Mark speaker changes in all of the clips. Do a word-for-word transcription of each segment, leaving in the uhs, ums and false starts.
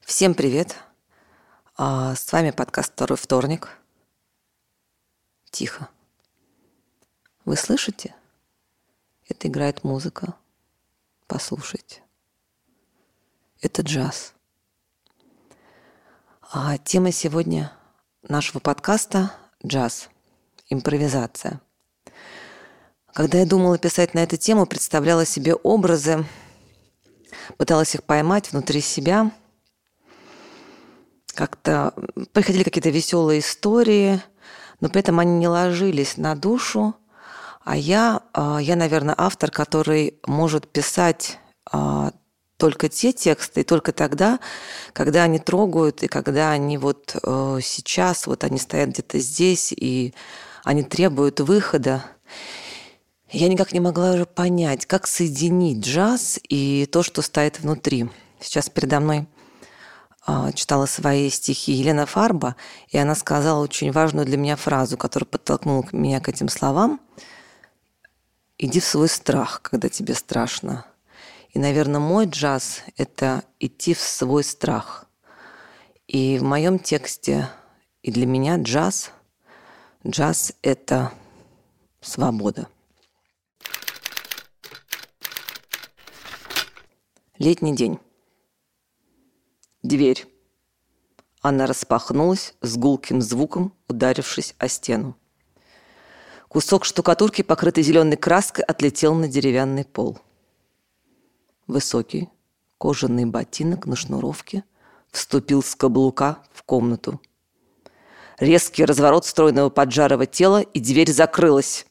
Speaker 1: Всем привет! А, С вами подкаст «Второй вторник». Тихо. Вы слышите? Это играет музыка. Послушайте. Это джаз. А тема сегодня нашего подкаста – джаз, импровизация. Когда я думала писать на эту тему, представляла себе образы, пыталась их поймать внутри себя. Как-то приходили какие-то веселые истории, но при этом они не ложились на душу. А я, я, наверное, автор, который может писать только те тексты, и только тогда, когда они трогают, и когда они вот сейчас, вот они стоят где-то здесь, и они требуют выхода. Я никак не могла уже понять, как соединить джаз и то, что стоит внутри. Сейчас передо мной читала свои стихи Елена Фарба, и она сказала очень важную для меня фразу, которая подтолкнула меня к этим словам. «Иди в свой страх, когда тебе страшно». И, наверное, мой джаз – это идти в свой страх. И в моем тексте, и для меня джаз, джаз – это свобода. Летний день. Дверь. Она распахнулась с гулким звуком, ударившись о стену. Кусок штукатурки, покрытый зеленой краской, отлетел на деревянный пол. Высокий кожаный ботинок на шнуровке вступил с каблука в комнату. Резкий разворот стройного поджарого тела, и дверь закрылась.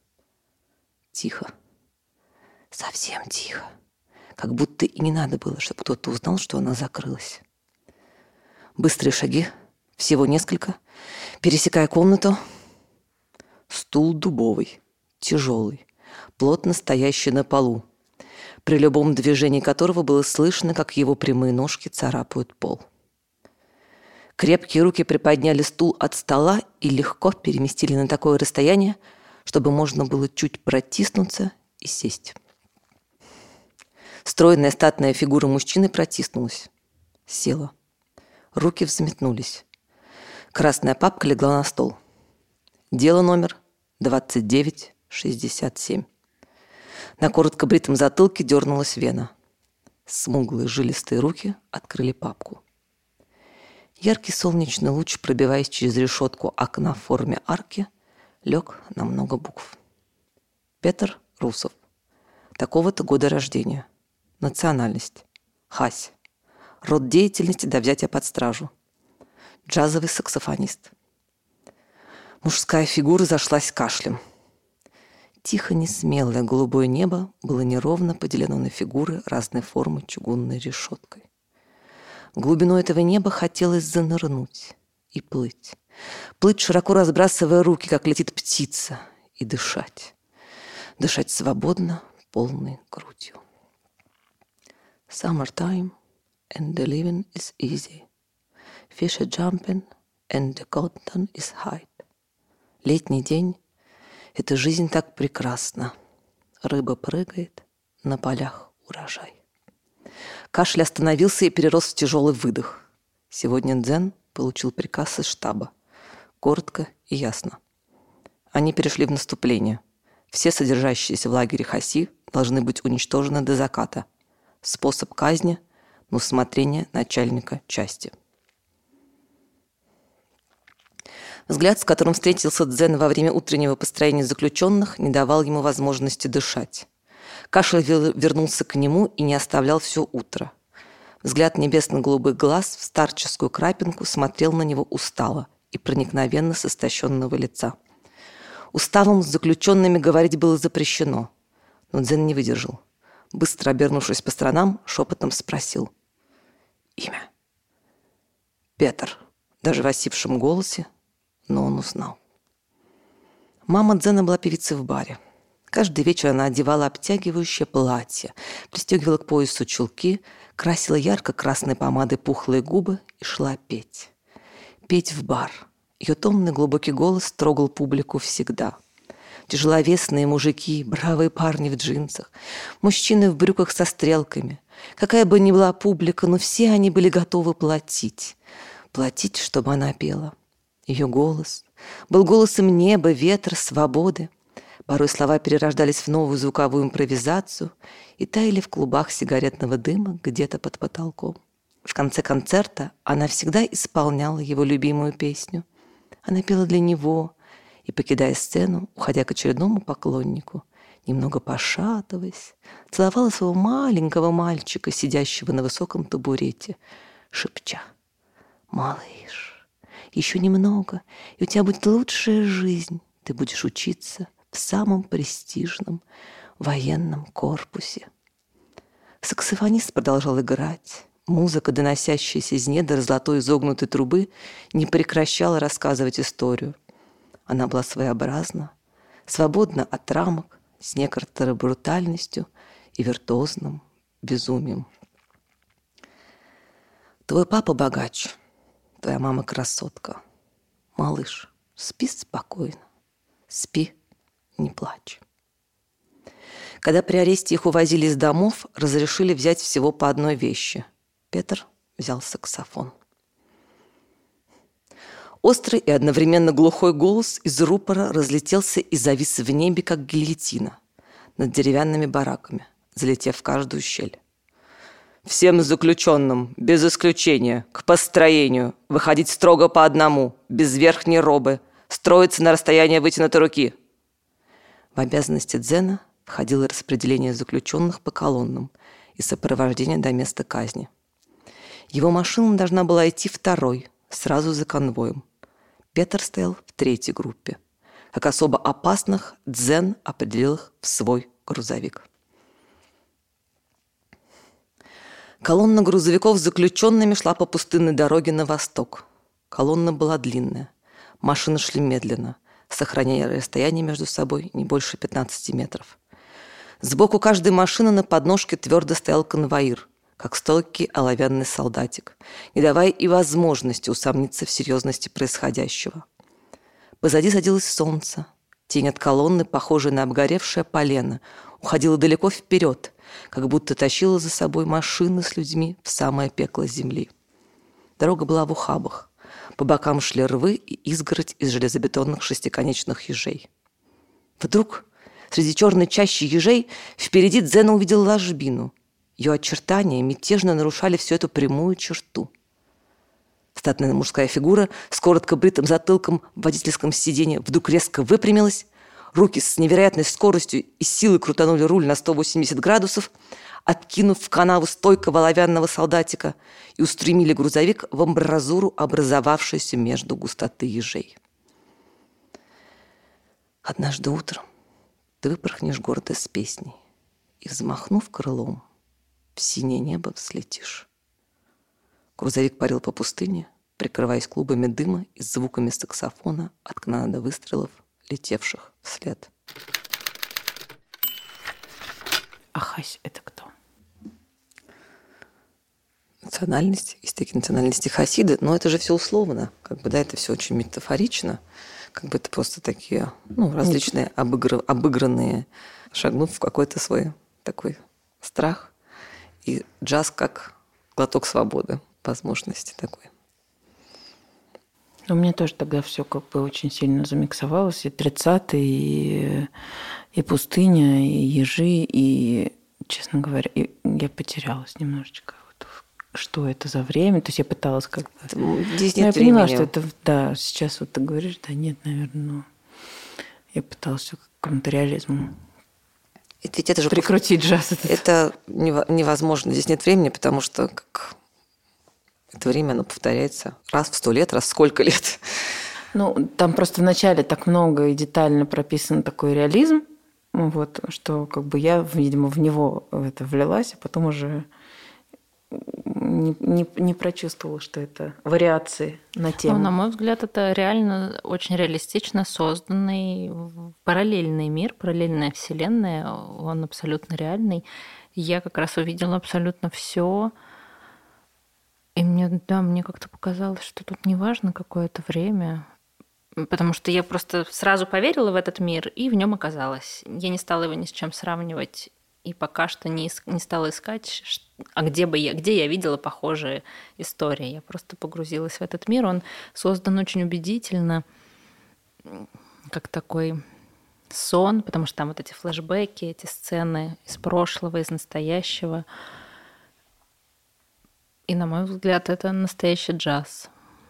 Speaker 1: Тихо. Совсем тихо. Как будто и не надо было, чтобы кто-то узнал, что она закрылась. Быстрые шаги, всего несколько, пересекая комнату. Стул дубовый, тяжелый, плотно стоящий на полу, при любом движении которого было слышно, как его прямые ножки царапают пол. Крепкие руки приподняли стул от стола и легко переместили на такое расстояние, чтобы можно было чуть протиснуться и сесть. Стройная статная фигура мужчины протиснулась. Села. Руки взметнулись. Красная папка легла на стол. Дело номер двадцать девять шестьдесят семь. На коротко бритом затылке дернулась вена. Смуглые жилистые руки открыли папку. Яркий солнечный луч, пробиваясь через решетку окна в форме арки, лег на много букв. Петр Русов. Такого-то года рождения. Национальность. Хась. Род деятельности до взятия под стражу. Джазовый саксофонист. Мужская фигура зашлась кашлем. Тихо несмелое голубое небо было неровно поделено на фигуры разной формы чугунной решеткой. В глубину этого неба хотелось занырнуть и плыть. Плыть, широко разбрасывая руки, как летит птица, и дышать. Дышать свободно, полной грудью. Summertime, and the living is easy. Fish are jumping, and the cotton is high. Летний день — это жизнь так прекрасна. Рыба прыгает, на полях урожай. Кашель остановился и перерос в тяжелый выдох. Сегодня Дзен получил приказ из штаба. Коротко и ясно. Они перешли в наступление. Все содержащиеся в лагере Хаси должны быть уничтожены до заката. Способ казни на усмотрение начальника части. Взгляд, с которым встретился Дзен во время утреннего построения заключенных, не давал ему возможности дышать. Кашель вернулся к нему и не оставлял все утро. Взгляд небесно-голубых глаз в старческую крапинку смотрел на него устало и проникновенно с истощенного лица. Уставом с заключенными говорить было запрещено, но Дзен не выдержал. Быстро обернувшись по сторонам, шепотом спросил. «Имя?» «Петр», даже в осипшем голосе, но он узнал. Мама Дзена была певицей в баре. Каждый вечер она одевала обтягивающее платье, пристегивала к поясу чулки, красила ярко-красной помадой пухлые губы и шла петь. Петь в бар. Ее томный глубокий голос трогал публику всегда. Тяжеловесные мужики, бравые парни в джинсах, мужчины в брюках со стрелками, Какая бы ни была публика, но все они были готовы платить. Платить, чтобы она пела. Ее голос был голосом неба, ветра, свободы. Порой слова перерождались в новую звуковую импровизацию и таяли в клубах сигаретного дыма где-то под потолком. В конце концерта она всегда исполняла его любимую песню. Она пела для него и, покидая сцену, уходя к очередному поклоннику, немного пошатываясь, целовала своего маленького мальчика, сидящего на высоком табурете, шепча: «Малыш, еще немного, и у тебя будет лучшая жизнь. Ты будешь учиться в самом престижном военном корпусе». Саксофонист продолжал играть. Музыка, доносящаяся из недр золотой изогнутой трубы, не прекращала рассказывать историю. Она была своеобразна, свободна от рамок, с некоторой брутальностью и виртуозным безумием. Твой папа богач, твоя мама красотка. Малыш, спи спокойно, спи, не плачь. Когда при аресте их увозили из домов, разрешили взять всего по одной вещи. Петр взял саксофон. Острый и одновременно глухой голос из рупора разлетелся и завис в небе, как гильотина, над деревянными бараками, залетев в каждую щель. «Всем заключенным, без исключения, к построению, выходить строго по одному, без верхней робы, строиться на расстояние вытянутой руки». В обязанности дзена входило распределение заключенных по колоннам и сопровождение до места казни. Его машина должна была идти второй, сразу за конвоем. Петр стоял в третьей группе. Как особо опасных, дзен определил их в свой грузовик. Колонна грузовиков с заключенными шла по пустынной дороге на восток. Колонна была длинная. Машины шли медленно, сохраняя расстояние между собой не больше пятнадцати метров. Сбоку каждой машины на подножке твердо стоял конвоир, как стойкий оловянный солдатик, не давая и возможности усомниться в серьезности происходящего. Позади садилось солнце. Тень от колонны, похожая на обгоревшее полено, уходила далеко вперед, как будто тащила за собой машины с людьми в самое пекло земли. Дорога была в ухабах. По бокам шли рвы и изгородь из железобетонных шестиконечных ежей. Вдруг среди черной чащи ежей впереди Дзена увидел ложбину. Ее очертания мятежно нарушали всю эту прямую черту. Статная мужская фигура с коротко бритым затылком в водительском сиденье вдруг резко выпрямилась, руки с невероятной скоростью и силой крутанули руль на сто восемьдесят градусов, откинув в канаву стойкого оловянного солдатика, и устремили грузовик в амбразуру, образовавшуюся между густоты ежей. Однажды утром ты выпорхнешь гордо с песней и, взмахнув крылом, в синее небо взлетишь. Грузовик парил по пустыне, прикрываясь клубами дыма и звуками саксофона от канонады выстрелов, летевших вслед.
Speaker 2: А Хась — это кто?
Speaker 1: Национальность, есть такие национальности хасиды, но это же все условно, как бы, да, это все очень метафорично, как бы это просто такие, ну, различные обыгр... обыгранные, шагнув в какой-то свой такой страх. И джаз как глоток свободы, возможности такой.
Speaker 2: У меня тоже тогда все как бы очень сильно замиксовалось. И тридцатые, и, и пустыня, и ежи, и, честно говоря, и я потерялась немножечко. Вот, что это за время? То есть я пыталась как-то...
Speaker 1: Здесь
Speaker 2: нет,
Speaker 1: нет
Speaker 2: я поняла,
Speaker 1: времени.
Speaker 2: что это... Да, сейчас вот ты говоришь, да нет, наверное, но... Я пыталась все к какому-то реализму
Speaker 1: Это, ведь это же
Speaker 2: прикрутить джаз. Этот.
Speaker 1: Это невозможно. Здесь нет времени, потому что как... это время, оно повторяется раз в сто лет, раз в сколько лет.
Speaker 2: Ну, там просто вначале так много и детально прописан такой реализм, вот, что как бы я, видимо, в него это влилась, а потом уже не, не, не прочувствовала, что это вариации на тему.
Speaker 3: Ну, на мой взгляд, это реально очень реалистично созданный параллельный мир, параллельная вселенная, он абсолютно реальный. Я как раз увидела абсолютно все. И мне, да, мне как-то показалось, что тут не важно какое-то время, потому что я просто сразу поверила в этот мир и в нем оказалась. Я не стала его ни с чем сравнивать и пока что не, не стала искать а где бы я, где я видела похожие истории. Я просто погрузилась в этот мир. Он создан очень убедительно, как такой сон, потому что там вот эти флешбеки, эти сцены из прошлого, из настоящего. И, на мой взгляд, это настоящий джаз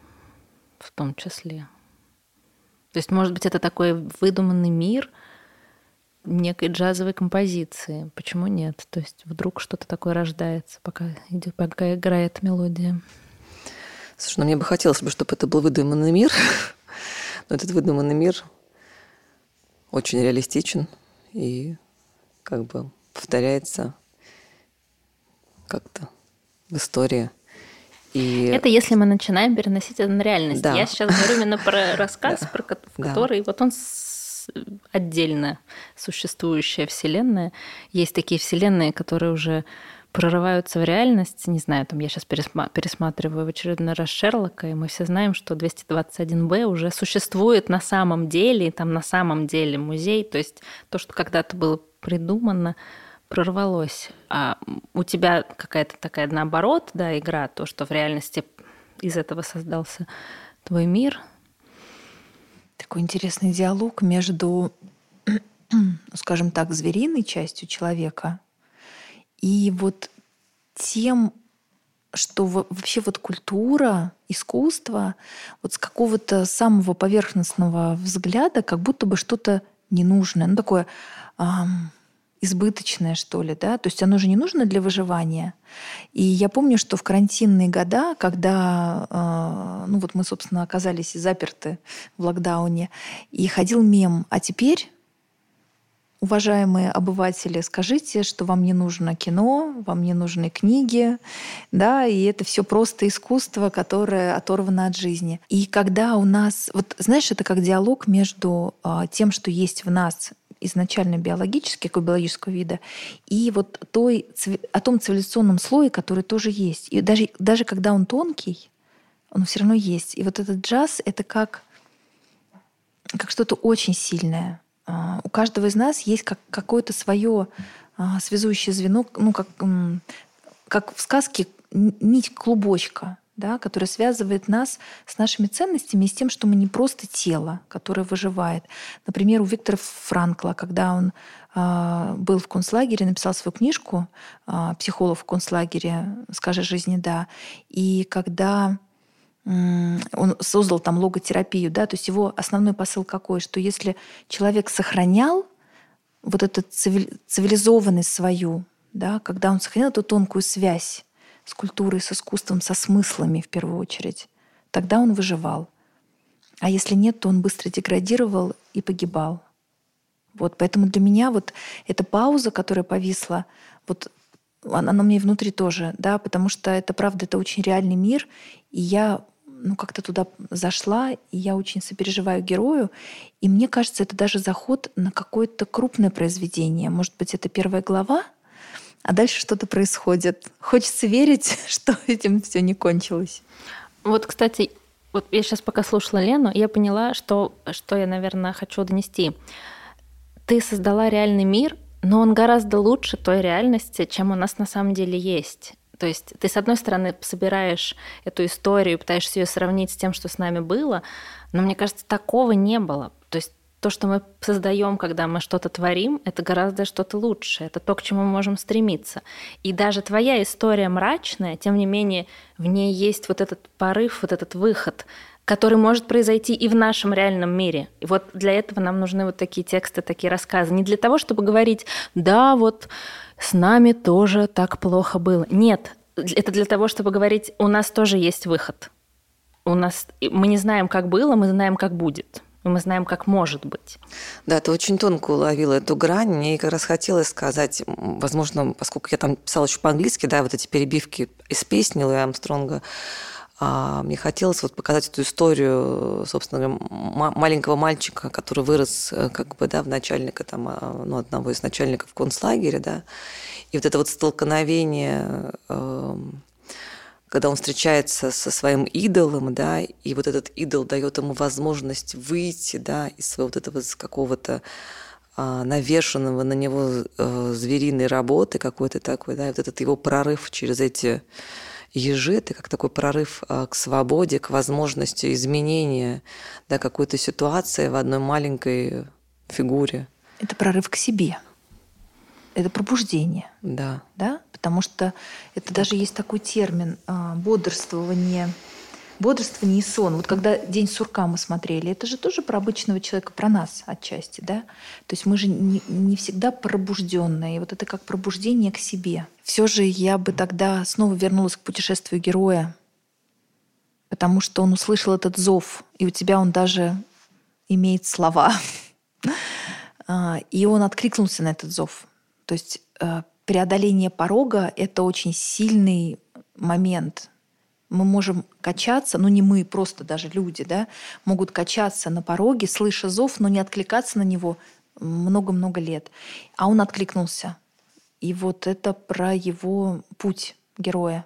Speaker 3: в том числе. То есть, может быть, это такой выдуманный мир некой джазовой композиции. Почему нет? То есть вдруг что-то такое рождается, пока, идет, пока играет мелодия.
Speaker 1: Слушай, ну мне бы хотелось бы, чтобы это был выдуманный мир. Но этот выдуманный мир очень реалистичен и как бы повторяется как-то в истории. И...
Speaker 3: Это если мы начинаем переносить это на реальность.
Speaker 1: Да.
Speaker 3: Я сейчас говорю именно про рассказ,
Speaker 1: Да.
Speaker 3: про ко- в
Speaker 1: Да.
Speaker 3: который вот он с- отдельно существующая вселенная. Есть такие вселенные, которые уже прорываются в реальность. Не знаю, там я сейчас пересма- пересматриваю в очередной раз Шерлока, и мы все знаем, что двести двадцать один бэ уже существует на самом деле, и там на самом деле музей. То есть то, что когда-то было придумано, прорвалось. А у тебя какая-то такая наоборот, да, игра, то, что в реальности из этого создался твой мир.
Speaker 4: Такой интересный диалог между, скажем так, звериной частью человека и вот тем, что вообще вот культура, искусство вот с какого-то самого поверхностного взгляда как будто бы что-то ненужное, ну такое ам, избыточное, что ли, да, то есть оно же не нужно для выживания. И я помню, что в карантинные года, когда, э, ну вот мы, собственно, оказались заперты в локдауне, и ходил мем, а теперь, уважаемые обыватели, скажите, что вам не нужно кино, вам не нужны книги, да, и это все просто искусство, которое оторвано от жизни. И когда у нас, вот знаешь, это как диалог между э, тем, что есть в нас изначально биологически, как у биологического вида, и вот той, о том цивилизационном слое, который тоже есть. И даже, даже когда он тонкий, он все равно есть. И вот этот джаз — это как, как что-то очень сильное. У каждого из нас есть как, какое-то свое связующее звено, ну, как, как в сказке нить клубочка, да, которая связывает нас с нашими ценностями и с тем, что мы не просто тело, которое выживает. Например, у Виктора Франкла, когда он э, был в концлагере, написал свою книжку э, «Психолог в концлагере. Скажи жизни да». И когда э, он создал там логотерапию, да, то есть его основной посыл какой? Что если человек сохранял вот эту цивилизованность свою, да, когда он сохранял эту тонкую связь с культурой, с искусством, со смыслами в первую очередь, тогда он выживал. А если нет, то он быстро деградировал и погибал. Вот, поэтому для меня вот эта пауза, которая повисла, вот она, она мне внутри тоже, да, потому что это правда, это очень реальный мир, и я ну, как-то туда зашла, и я очень сопереживаю герою, и мне кажется, это даже заход на какое-то крупное произведение. Может быть, это первая глава, а дальше что-то происходит. Хочется верить, что этим все не кончилось.
Speaker 3: Вот, кстати, вот я сейчас пока слушала Лену, я поняла, что, что я, наверное, хочу донести. Ты создала реальный мир, но он гораздо лучше той реальности, чем у нас на самом деле есть. То есть ты, с одной стороны, собираешь эту историю, пытаешься ее сравнить с тем, что с нами было, но мне кажется, такого не было. То есть то, что мы создаем, когда мы что-то творим, это гораздо что-то лучшее. Это то, к чему мы можем стремиться. И даже твоя история мрачная, тем не менее, в ней есть вот этот порыв, вот этот выход, который может произойти и в нашем реальном мире. И вот для этого нам нужны вот такие тексты, такие рассказы. Не для того, чтобы говорить, да, вот с нами тоже так плохо было. Нет, это для того, чтобы говорить, у нас тоже есть выход. У нас... Мы не знаем, как было, мы знаем, как будет. И мы знаем, как может быть.
Speaker 1: Да, ты очень тонко уловила эту грань. Мне как раз хотелось сказать, возможно, поскольку я там писала еще по-английски, да, вот эти перебивки из песни Луи Армстронга, мне хотелось вот показать эту историю, собственно говоря, маленького мальчика, который вырос как бы, да, в начальника там, ну, одного из начальников концлагеря, да, и вот это вот столкновение, когда он встречается со своим идолом, да, и вот этот идол дает ему возможность выйти, да, из своего вот этого какого-то навешенного на него звериной работы какой-то такой, да, вот этот его прорыв через эти ежи, это как такой прорыв к свободе, к возможности изменения, да, какой-то ситуации в одной маленькой фигуре.
Speaker 4: Это прорыв к себе. Это пробуждение.
Speaker 1: Да.
Speaker 4: Да? Потому что это даже есть такой термин бодрствование. Бодрствование и сон. Вот когда «День сурка» мы смотрели, это же тоже про обычного человека, про нас отчасти, да? То есть мы же не, не всегда пробужденные. И вот это как пробуждение к себе. Все же я бы тогда снова вернулась к путешествию героя, потому что он услышал этот зов, и у тебя он даже имеет слова. И он откликнулся на этот зов. То есть преодоление порога — это очень сильный момент. Мы можем качаться, ну не мы, просто даже люди, да, могут качаться на пороге, слыша зов, но не откликаться на него много-много лет. А он откликнулся. И вот это про его путь героя.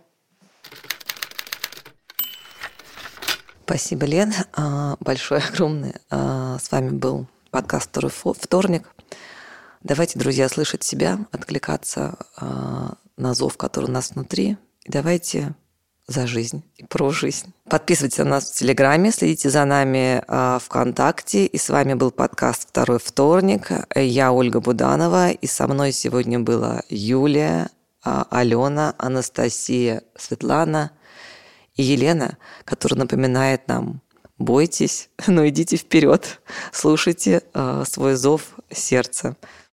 Speaker 1: Спасибо, Лен. Большое, огромное. С вами был подкаст «Второй вторник». Давайте, друзья, слышать себя, откликаться на зов, который у нас внутри. И давайте за жизнь и про жизнь. Подписывайтесь на нас в Телеграме, следите за нами э, ВКонтакте. И с вами был подкаст «Второй вторник». Я Ольга Буданова, и со мной сегодня была Юлия, э, Алена, Анастасия, Светлана и Елена, которая напоминает нам: бойтесь, но идите вперед, слушайте э, свой зов сердца.